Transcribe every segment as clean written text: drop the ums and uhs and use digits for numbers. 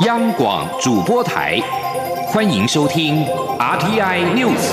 央广主播台，欢迎收听 RTI News。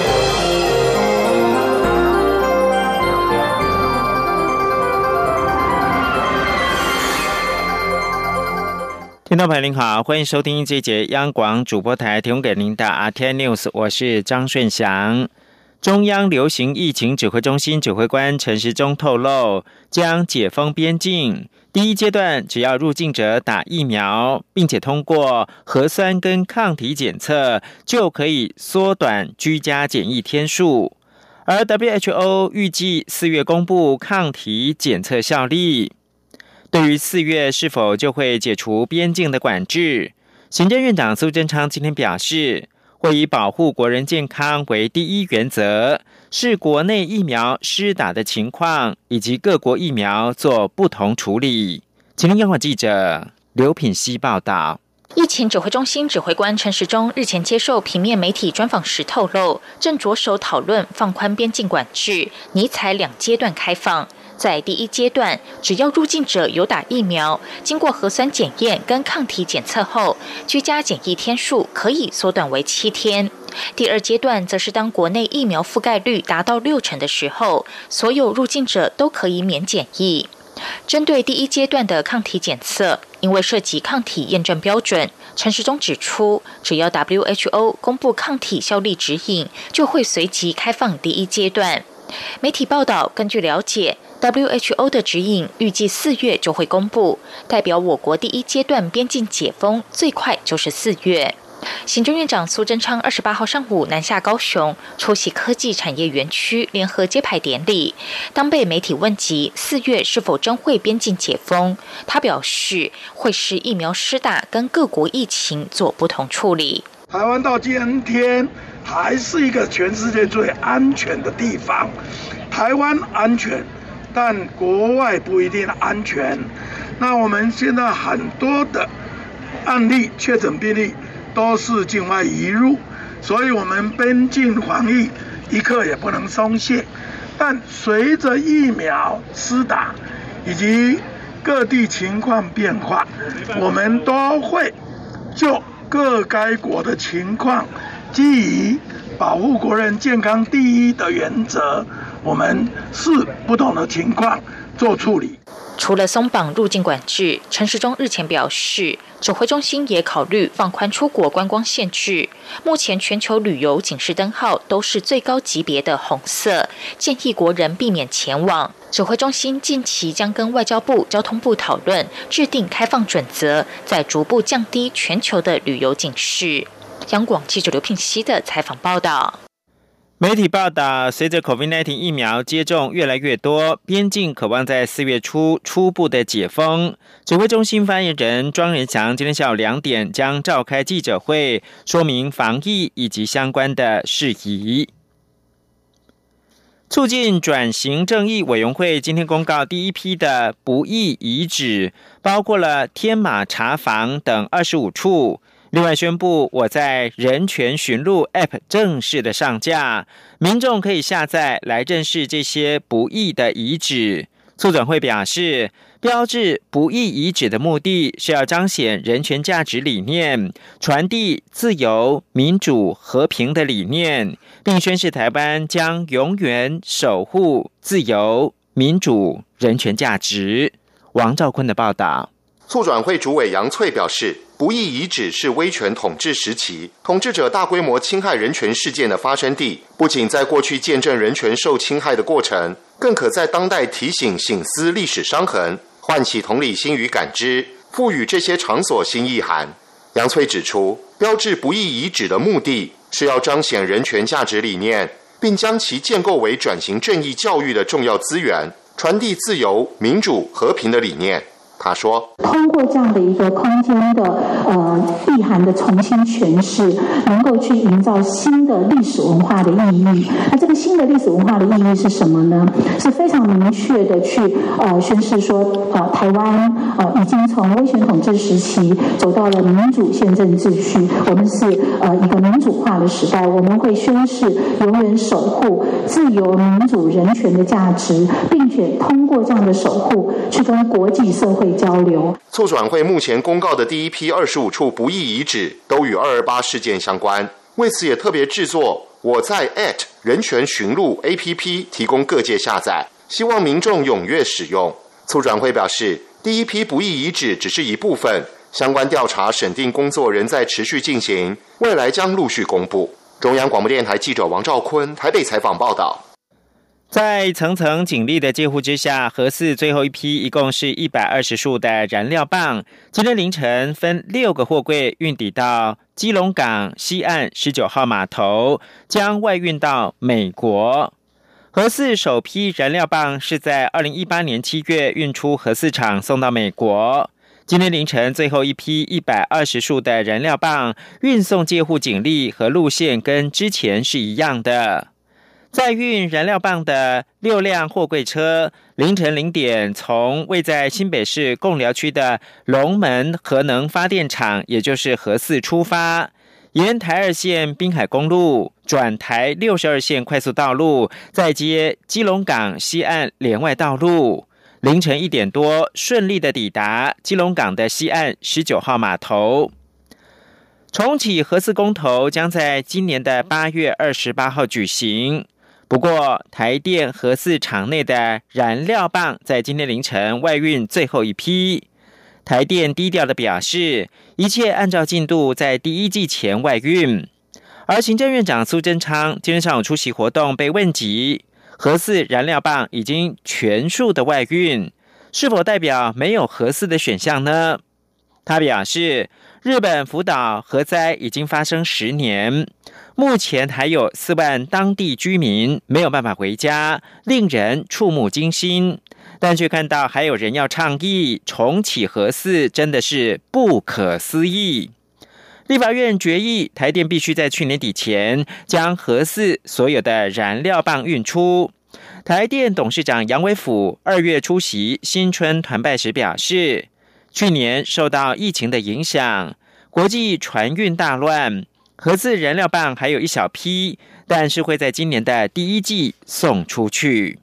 听众朋友您好，欢迎收听这一节央广主播台提供给您的 RTI News， 我是张顺祥。中央流行疫情指挥中心指挥官陈时中透露，将解封边境，第一阶段只要入境者打疫苗，并且通过核酸跟抗体检测，就可以缩短居家检疫天数。而 WHO 预计4月公布抗体检测效力。对于4月是否就会解除边境的管制，行政院长苏贞昌今天表示，会以保护国人健康为第一原则，视国内疫苗施打的情况以及各国疫苗做不同处理。请听央广记者刘品希报道。 疫情指挥中心指挥官陈时中日前接受平面媒体专访时透露，正着手讨论放宽边境管制，拟采2阶段开放。在第一阶段，只要入境者有打疫苗，经过核酸检验跟抗体检测后，居家检疫天数可以缩短为7天。第二阶段则是当国内疫苗覆盖率达到60%的时候，所有入境者都可以免检疫。针对第一阶段的抗体检测，因为涉及抗体验证标准，陈时中指出，只要 WHO 公布抗体效力指引，就会随即开放第一阶段。媒体报道，根据了解，WHO 的指引预计4月就会公布，代表我国第一阶段边境解封最快就是4月。行政院长苏贞昌28号上午南下高雄，出席科技产业园区联合揭牌典礼。当被媒体问及4月是否真会边境解封，他表示会视疫苗施打跟各国疫情做不同处理。 台湾到今天还是一个全世界最安全的地方，台湾安全，但国外不一定安全。那我们现在很多的案例确诊病例都是境外移入，所以我们边境防疫一刻也不能松懈。但随着疫苗施打以及各地情况变化，我们都会就各该国的情况，基于保护国人健康第一的原则，我们视不同的情况做处理。 除了松绑入境管制，陈时中日前表示，指挥中心也考虑放宽出国观光限制。目前全球旅游警示灯号都是最高级别的红色，建议国人避免前往。指挥中心近期将跟外交部、交通部讨论，制定开放准则，再逐步降低全球的旅游警示。央广记者刘聘熙的采访报道。 媒体报道，随着 COVID-19 疫苗接种越来越多，边境渴望在4月初初步的解封。指挥中心发言人庄仁祥今天下午2点将召开记者会，说明防疫以及相关的事宜。促进转型正义委员会今天公告第一批的不义遗址，包括了天马茶坊等25处。另外宣布，我在人权寻路 App 正式的上架，民众可以下载来认识这些不义的遗址。促转会表示，标志不义遗址的目的是要彰显人权价值理念，传递自由、民主、和平的理念，并宣示台湾将永远守护自由、民主、人权价值。王兆坤的报道。 促转会主委杨翠表示，不义遗址是威权统治时期统治者大规模侵害人权事件的发生地，不仅在过去见证人权受侵害的过程，更可在当代提醒省思历史伤痕，唤起同理心与感知，赋予这些场所新意涵。杨翠指出，标志不义遗址的目的是要彰显人权价值理念，并将其建构为转型正义教育的重要资源，传递自由、民主、和平的理念。他说， 通过这样的一个空间的意涵的重新诠释，能够去营造新的历史文化的意义。那这个新的历史文化的意义是什么呢？是非常明确的去宣示说，台湾已经从威权统治时期走到了民主宪政秩序，我们是一个民主化的时代，我们会宣示永远守护自由、民主、人权的价值，并且通过这样的守护，去跟国际社会会交流。 促转会目前公告的第一批25处不义遗址都与228事件相关，为此也特别制作我在 人权寻路 APP 提供各界下载，希望民众踊跃使用。促转会表示，第一批不义遗址只是一部分，相关调查审定工作仍在持续进行，未来将陆续公布。中央广播电台记者王兆坤台北采访报道。 在层层警力的戒护之下，核四最后一批一共是120束的燃料棒，今天凌晨分6个货柜运抵到基隆港西岸19号码头，将外运到美国。核四首批燃料棒是在2018年7月运出核四厂送到美国。今天凌晨最后一批120束的燃料棒运送戒护警力和路线跟之前是一样的。载运燃料棒的6辆货柜车，凌晨0点从位在新北市贡寮区的龙门核能发电厂，也就是核四出发，沿台2线滨海公路转台62线快速道路，再接基隆港西岸连外道路，凌晨1点多顺利的抵达基隆港的西岸19号码头。重启核四公投将在今年的8月28号举行。不过，台电核四厂内的燃料棒在今天凌晨外运最后一批。台电低调的表示，一切按照进度在第一季前外运。而行政院长苏贞昌今天上午出席活动，被问及核四燃料棒已经全数的外运，是否代表没有核四的选项呢？他表示，日本福岛核灾已经发生10年，目前还有4万当地居民没有办法回家，令人触目惊心。但却看到还有人要倡议重启核四，真的是不可思议。立法院决议，台电必须在去年底前将核四所有的燃料棒运出。台电董事长杨伟甫2月出席新春团拜时表示，去年受到疫情的影响，国际船运大乱，核四燃料棒还有一小批，但是会在今年的第一季送出去。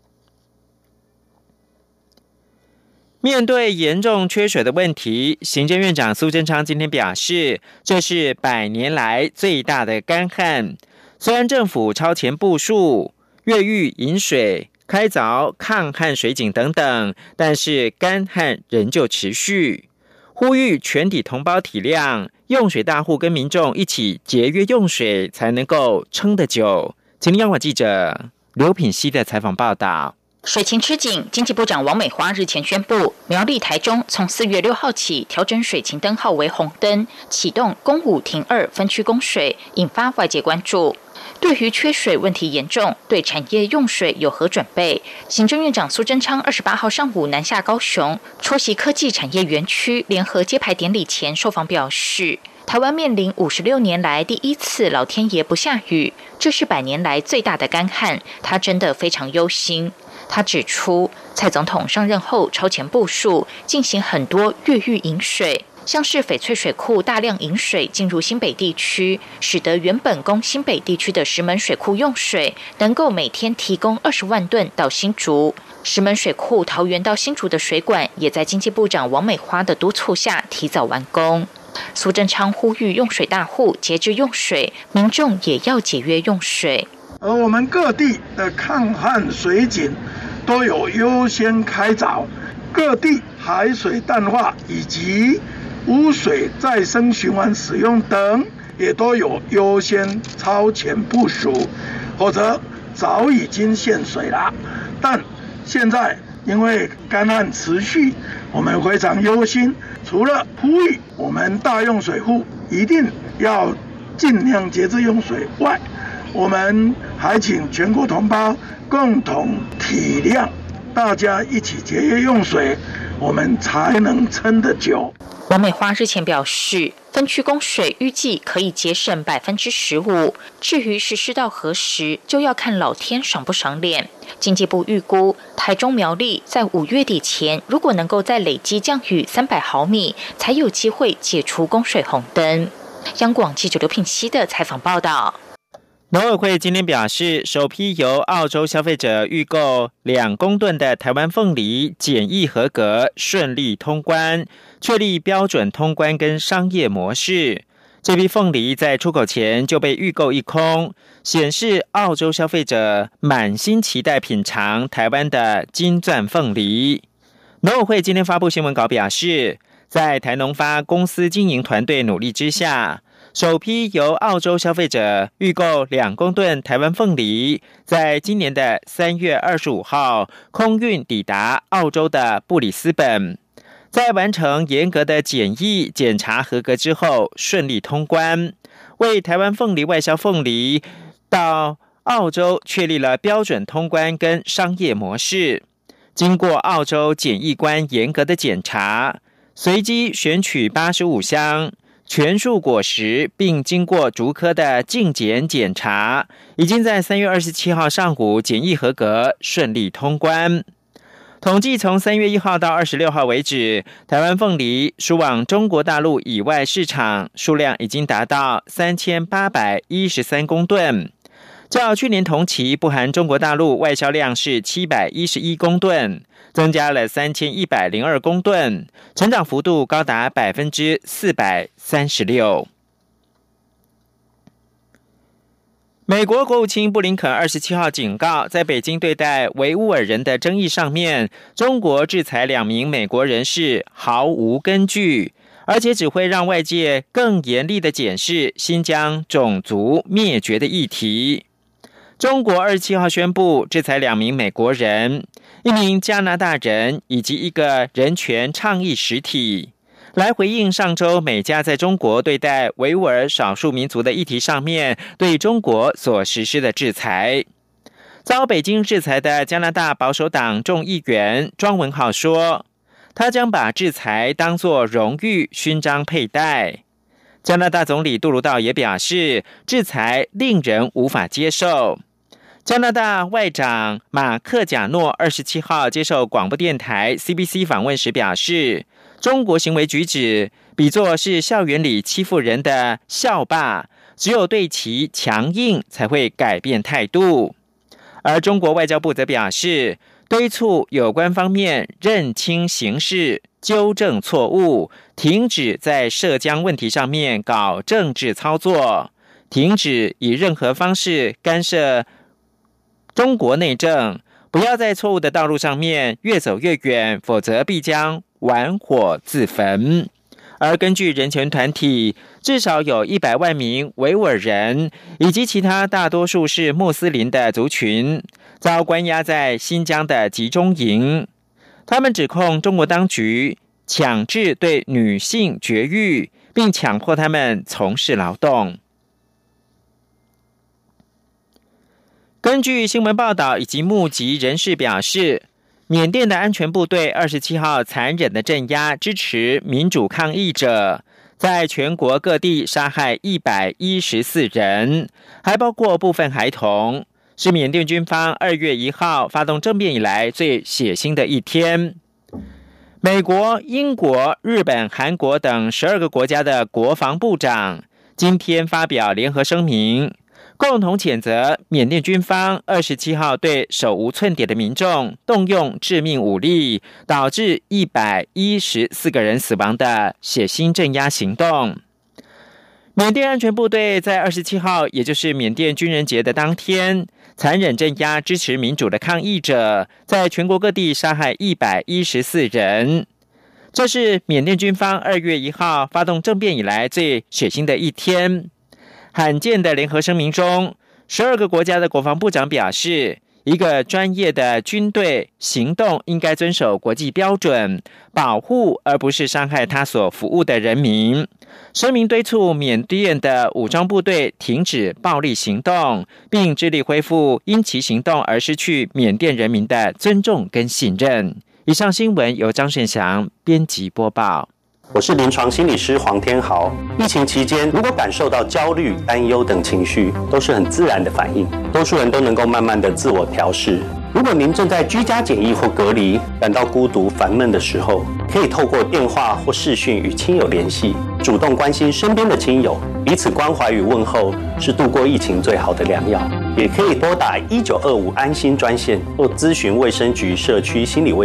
面对严重缺水的问题，行政院长苏贞昌今天表示，这是100年来最大的干旱。虽然政府超前部署越狱引水、开凿抗旱水井等等，但是干旱仍旧持续，呼吁全体同胞体谅，用水大户跟民众一起节约用水，才能够撑得久。请听央广记者刘品希的采访报道。 水情吃紧，经济部长王美花日前宣布，苗栗、台中从4月6号起调整水情灯号为红灯，启动供5停2分区供水，引发外界关注。对于缺水问题严重，对产业用水有何准备？行政院长苏贞昌28号上午南下高雄，出席科技产业园区联合揭牌典礼前受访表示，台湾面临56年来第一次老天爷不下雨，这是100年来最大的干旱，他真的非常忧心。他指出，蔡总统上任后超前部署，进行很多越狱引水，像是翡翠水库大量引水进入新北地区，使得原本供新北地区的石门水库用水能够每天提供20万吨到新竹。石门水库桃园到新竹的水管也在经济部长王美花的督促下提早完工。苏贞昌呼吁用水大户节制用水，民众也要节约用水。 而我们各地的抗旱水井都有优先开凿，各地海水淡化以及污水再生循环使用等也都有优先超前部署，否则早已经限水了。但现在因为干旱持续，我们非常忧心，除了呼吁我们大用水户一定要尽量节制用水外，我们还请全国同胞共同体谅，大家一起节约用水，我们才能撑得久。 王美花日前表示，分区供水预计可以节省15%，至于实施到何时，就要看老天赏不赏脸。经济部预估，台中苗栗在5月底前，如果能够再累积降雨300毫米，才有机会解除供水红灯。央广记者刘品希的采访报道。 农委会今天表示，首批由澳洲消费者预购2公吨的台湾凤梨检疫合格，顺利通关，确立标准通关跟商业模式。这批凤梨在出口前就被预购一空，显示澳洲消费者满心期待品尝台湾的金钻凤梨。农委会今天发布新闻稿表示，在台农发公司经营团队努力之下，首批由澳洲消费者预购2公吨台湾凤梨，在今年的3月25号空运抵达澳洲的布里斯本，在完成严格的检疫检查合格之后，顺利通关，为台湾凤梨外销凤梨到澳洲确立了标准通关跟商业模式。经过澳洲检疫官严格的检查，随机选取85箱全数果实，并经过竹科的净检检查，已经在3月27号上午检疫合格，顺利通关。统计从3月1号到26号为止，台湾凤梨输往中国大陆以外市场数量已经达到3813公吨，较去年同期不含中国大陆外销量是711公吨，增加了3102公吨，成长幅度高达436%。美国国务卿布林肯27号警告，在北京对待维吾尔人的争议上面，中国制裁2名美国人士毫无根据，而且只会让外界更严厉的检视新疆种族灭绝的议题。中国27号宣布制裁2名美国人、1名加拿大人以及1个人权倡议实体，来回应上周美加在中国对待维吾尔少数民族的议题上面对中国所实施的制裁。遭北京制裁的加拿大保守党众议员庄文浩说，他将把制裁当作荣誉勋章佩戴。加拿大总理杜鲁道也表示，制裁令人无法接受。加拿大外长马克贾诺27号接受广播电台 CBC 访问时表示，中国行为举止比作是校园里欺负人的校霸，只有对其强硬才会改变态度。而中国外交部则表示，敦促有关方面认清形势，纠正错误，停止在涉疆问题上面搞政治操作，停止以任何方式干涉中国内政，不要在错误的道路上面越走越远，否则必将玩火自焚。而根据人权团体，至少有100万名维吾尔人以及其他大多数是穆斯林的族群遭关押在新疆的集中营。他们指控中国当局强制对女性绝育，并强迫他们从事劳动。根据新闻报道以及目击人士表示，缅甸的安全部队27号残忍的镇压支持民主抗议者，在全国各地杀害114人，还包括部分孩童，是缅甸军方2月1号发动政变以来最血腥的一天。美国、英国、日本、韩国等12个国家的国防部长今天发表联合声明，共同谴责缅甸军方27号对手无寸铁的民众动用致命武力，导致114个人死亡的血腥镇压行动。缅甸安全部队在27号，也就是缅甸军人节的当天，残忍镇压支持民主的抗议者，在全国各地杀害114人。这是缅甸军方2月1号发动政变以来最血腥的一天。罕见的联合声明中，12个国家的国防部长表示，一个专业的军队行动应该遵守国际标准，保护而不是伤害他所服务的人民。声明敦促缅甸的武装部队停止暴力行动，并致力恢复因其行动而失去缅甸人民的尊重跟信任。以上新闻由张顺祥编辑播报。 我是临床心理师黄天豪。疫情期间，如果感受到焦虑、担忧等情绪，都是很自然的反应，多数人都能够慢慢的自我调试。如果您正在居家检疫或隔离，感到孤独、烦闷的时候，可以透过电话或视讯与亲友联系， 主动关心身边的亲友，彼此关怀与问候是度过疫情最好的良药。也可以拨打1925安心专线或咨询卫生局社区心理卫